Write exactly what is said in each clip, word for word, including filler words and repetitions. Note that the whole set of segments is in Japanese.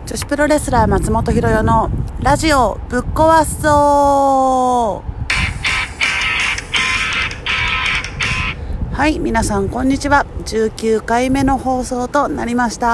女子プロレスラー松本ひろよのラジオぶっ壊すぞ。はい、皆さんこんにちは。じゅうきゅうかいめの放送となりました。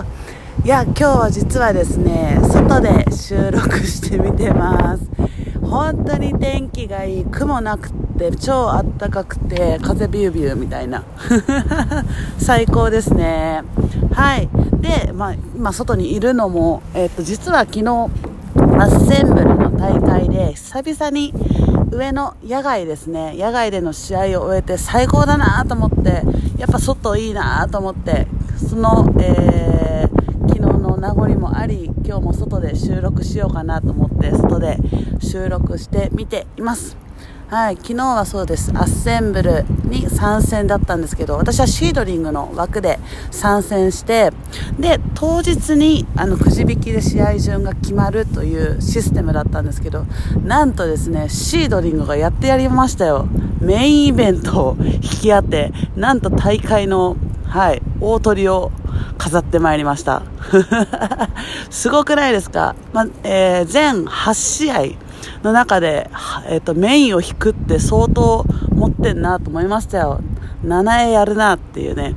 いや、今日は実はですね、外で収録してみてます。本当に天気がいい、雲なくて超あったかくて風ビュービューみたいな最高ですね。はい。で、まあ、今外にいるのも、えっと、実は昨日アッセンブルの大会で久々に上の野外ですね、野外での試合を終えて最高だなと思って、やっぱ外いいなと思って、その、えー、昨日の名残もあり、今日も外で収録しようかなと思って外で収録してみています。はい、昨日はそうです、アッセンブルに参戦だったんですけど、私はシードリングの枠で参戦して、で当日にあのくじ引きで試合順が決まるというシステムだったんですけど、なんとですね、シードリングがやってやりましたよ。メインイベントを引き当て、なんと大会の、はい、大トリを飾ってまいりましたすごくないですか。まえー、全はち試合の中で、えー、とメインを引くって相当持ってんなと思いましたよ。ななえやるなっていうね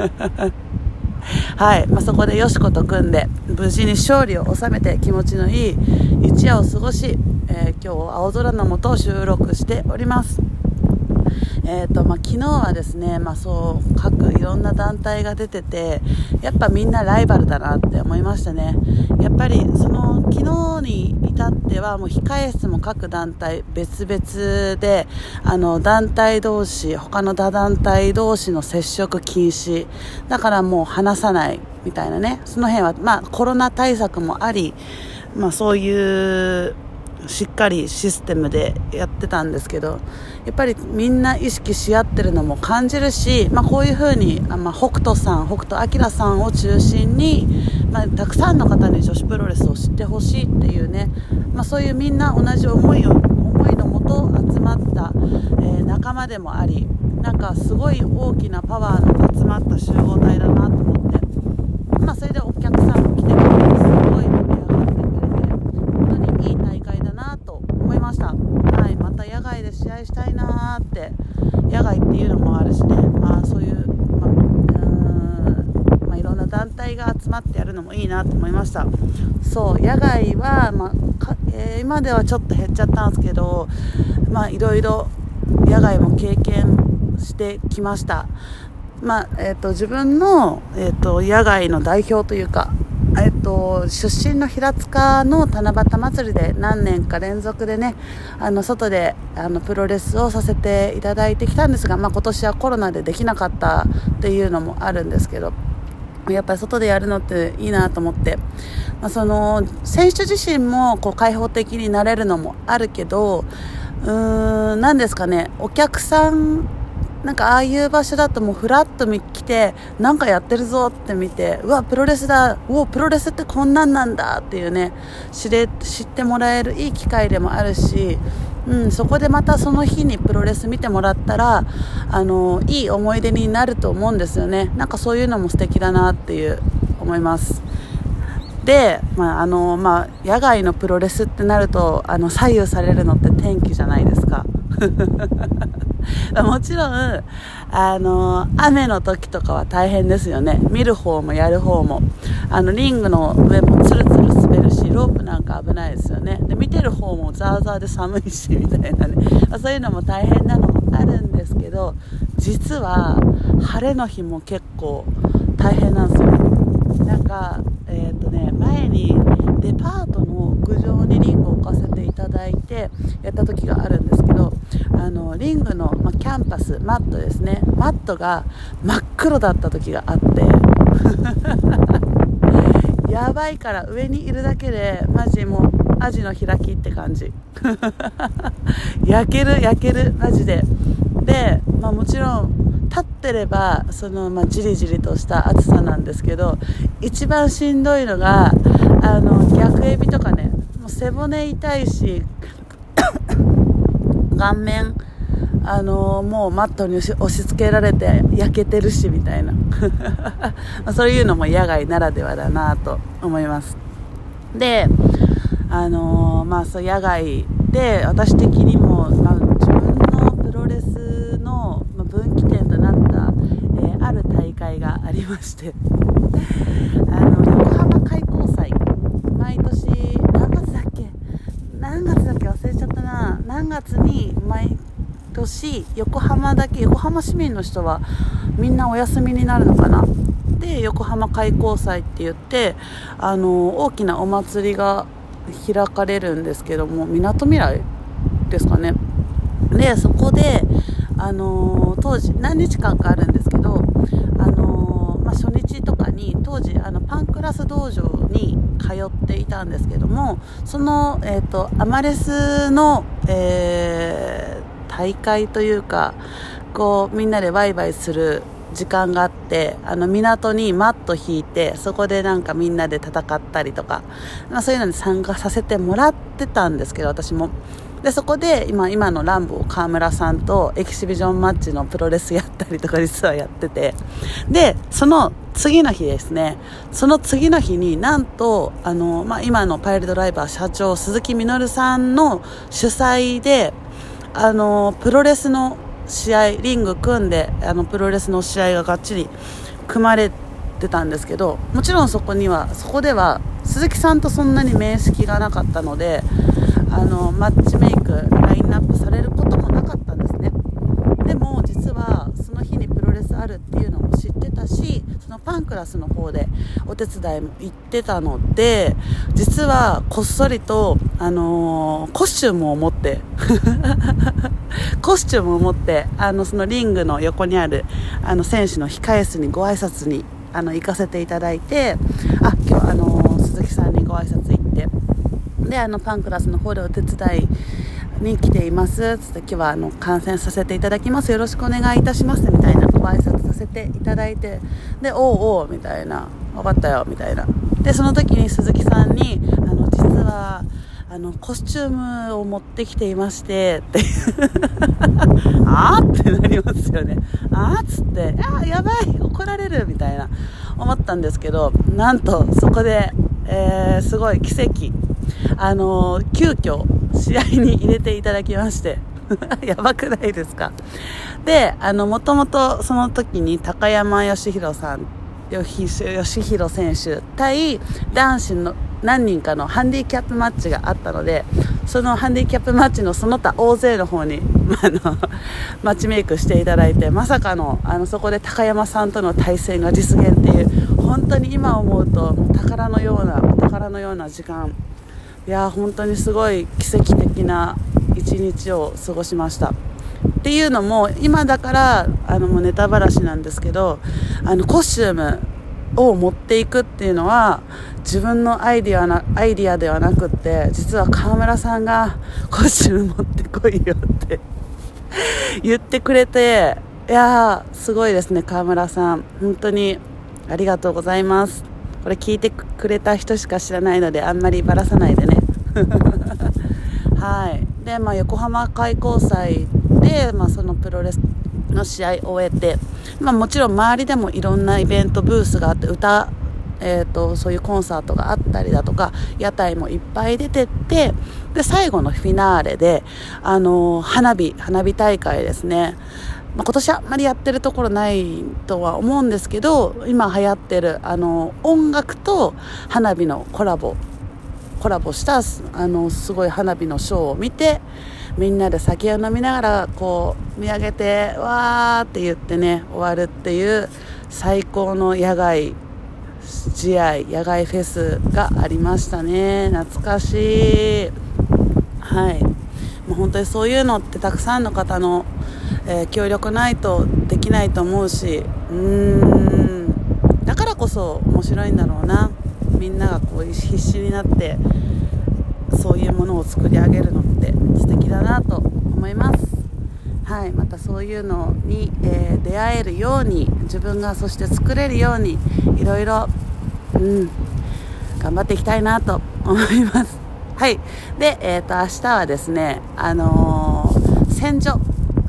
はい、まあ、そこでよしこと組んで無事に勝利を収めて気持ちのいい一夜を過ごし、えー、今日青空の下収録しております。えーとまあ、昨日はですね、まあ、そう各いろんな団体が出てて、やっぱみんなライバルだなって思いましたね。やっぱりその昨日に至ってはもう控え室も各団体別々で、あの団体同士他の他団体同士の接触禁止だからもう話さないみたいなね、その辺はまあコロナ対策もあり、まあ、そういうしっかりシステムでやってたんですけど、やっぱりみんな意識し合ってるのも感じるし、まあ、こういう風にあ、まあ、北斗さん北斗晶さんを中心に、まあ、たくさんの方に女子プロレスを知ってほしいっていうね、まあ、そういうみんな同じ思いを思いのもと集まった、えー、仲間でもあり、なんかすごい大きなパワーの集まった集合体だなと思って、まあ、それでお客さんも来てくれてすごい盛り上がってくれて、本当にいい大会だなと思いました。はい、また野外で試合したいなーって、野外っていうのもあるしね、まあそういう、まあ、うーん、まあ、いろんな団体が集まってやるのもいいなと思いました。そう、野外は、まあかえー、今ではちょっと減っちゃったんですけど、まあいろいろ野外も経験してきました。まあえー、と自分の、えー、と野外の代表というか、えっと、出身の平塚の七夕祭りで何年か連続でね、あの外であのプロレスをさせていただいてきたんですが、まあ、今年はコロナでできなかったっていうのもあるんですけど、やっぱり外でやるのっていいなと思って、まあ、その選手自身もこう開放的になれるのもあるけど、うーん、なんですかね、お客さんなんかああいう場所だともうフラッと来てなんかやってるぞって見て、うわプロレスだ、うおプロレスってこんなんなんだっていうね、知れ知ってもらえるいい機会でもあるし、うん、そこでまたその日にプロレス見てもらったら、あのいい思い出になると思うんですよね。なんかそういうのも素敵だなっていう思います。で、まああのまあ、野外のプロレスってなるとあの左右されるのって天気じゃないですかもちろんあの雨の時とかは大変ですよね。見る方もやる方も、あのリングの上もツルツル滑るし、ロープなんか危ないですよね。で見てる方もザーザーで寒いしみたいなね、そういうのも大変なのもあるんですけど、実は晴れの日も結構大変なんですよ。なんかえーとね、前にデパートの屋上にリングを置かせていただいてやった時があるんですけど、あのリングの、ま、キャンパスマットですね、マットが真っ黒だった時があってやばいから、上にいるだけでマジもうアジの開きって感じ焼ける焼けるマジで。で、まあ、もちろん立ってればその、まあ、じりじりとした暑さなんですけど、一番しんどいのがあの逆エビとかね、もう背骨痛いし顔面あのもうマットに押し付けられて焼けてるしみたいなそういうのも野外ならではだなと思います。 であのー、まあそう野外で私的にも、まあ、自分のプロレスの分岐点となった、えー、ある大会がありましてあの横浜開港祭、毎年何月だっけ何月だっけ忘れちゃったな。何月に毎年横浜だけ、横浜市民の人はみんなお休みになるのかな。で横浜開港祭って言ってあの大きなお祭りが開かれるんですけども、みなとみらいですかね。でそこであの当時何日間かあるんですけど、あの、まあ、初日とかに当時あのパンクラス道場に通っていたんですけども、その、えーと、アマレスの、えー、大会というかこうみんなでワイワイする時間があって、あの港にマット引いてそこでなんかみんなで戦ったりとか、まあ、そういうのに参加させてもらってたんですけど、私もでそこで今今のランボー川村さんとエキシビジョンマッチのプロレスやったりとか実はやってて、でその次の日ですね、その次の日になんとあの、まあ、今のパイルドライバー社長鈴木みのるさんの主催であのプロレスの試合リング組んであのプロレスの試合ががっちり組まれてたんですけど、もちろんそこにはそこでは鈴木さんとそんなに面識がなかったのであのマッチメイクラインナップされることもなかったんですね。でも実はその日にプロレスあるっていうのも知ってたし、そのパンクラスの方でお手伝いも行ってたので、実はこっそりと、あのー、コスチュームを持ってコスチュームを持ってあのそのリングの横にあるあの選手の控え室にご挨拶にあの行かせていただいて、あ今日あのー、鈴木さんにご挨拶行って、であのパンクラスの方でお手伝いに来ていますつって、今日はあの観戦させていただきます、よろしくお願いいたしますみたいなご挨拶させていただいて、でおうおうみたいな、分かったよみたいな。でその時に鈴木さんにあの実はあのコスチュームを持ってきていましてってあーってなりますよね。あーっつってあやばい怒られるみたいな思ったんですけど、なんとそこで、えー、すごい奇跡、あのー、急遽試合に入れていただきましてやばくないですか。であのもともとその時に高山義弘さん義弘選手対男子の何人かのハンディキャップマッチがあったので、そのハンディキャップマッチのその他大勢の方にあのマッチメイクしていただいて、まさかのあのそこで高山さんとの対戦が実現っていう、本当に今思うともう宝のような宝のような時間、いや本当にすごい奇跡的な一日を過ごしました。っていうのも今だからあのもうネタばらしなんですけど、あのコスチュームを持っていくっていうのは自分のアイディアなアイディアではなくって、実は川村さんがコスチューム持ってこいよって言ってくれて、いやーすごいですね川村さん、本当にありがとうございます。これ聞いてくれた人しか知らないのであんまりばらさないでねはい。で、まあ、横浜開港祭で、まあ、そのプロレスの試合を終えて、まあ、もちろん周りでもいろんなイベントブースがあって、歌、えーと、そういうコンサートがあったりだとか屋台もいっぱい出てって、で最後のフィナーレで、あのー、花火花火大会ですね。まあ、今年あんまりやってるところないとは思うんですけど、今流行ってるあの音楽と花火のコラボコラボしたあのすごい花火のショーを見て、みんなで酒を飲みながらこう見上げてわーって言ってね終わるっていう最高の野外試合野外フェスがありましたね。懐かしい。はい、もう本当にそういうのってたくさんの方の、えー、協力ないとできないと思うし、うーんだからこそ面白いんだろうな。みんながこう必死になってそういうものを作り上げるのって素敵だなと思います。はい、またそういうのに、えー、出会えるように、自分がそして作れるようにいろいろ、うん、頑張っていきたいなと思います。はい。で、えーと、明日はですね、あのー、戦場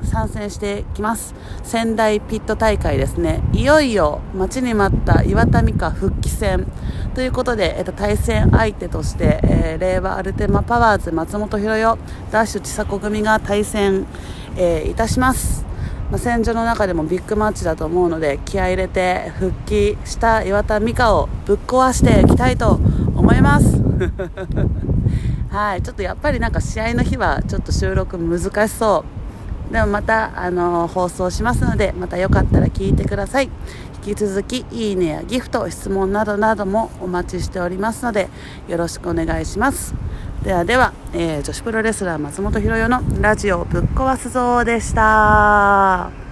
参戦してきます。仙台ピット大会ですね。いよいよ待ちに待った岩田美香復帰戦ということで、えっと、対戦相手として、えー、令和アルテマパワーズ松本博代ダッシュ千佐子組が対戦、えー、いたします。まあ、戦場の中でもビッグマッチだと思うので、気合い入れて復帰した岩田美香をぶっ壊していきたいと思いますはい、ちょっとやっぱりなんか試合の日はちょっと収録難しそう。でもまたあの放送しますので、またよかったら聞いてください。引き続きいいねやギフト、質問などなどもお待ちしておりますので、よろしくお願いします。ではでは、えー、女子プロレスラー松本博代のラジオぶっ壊すぞでした。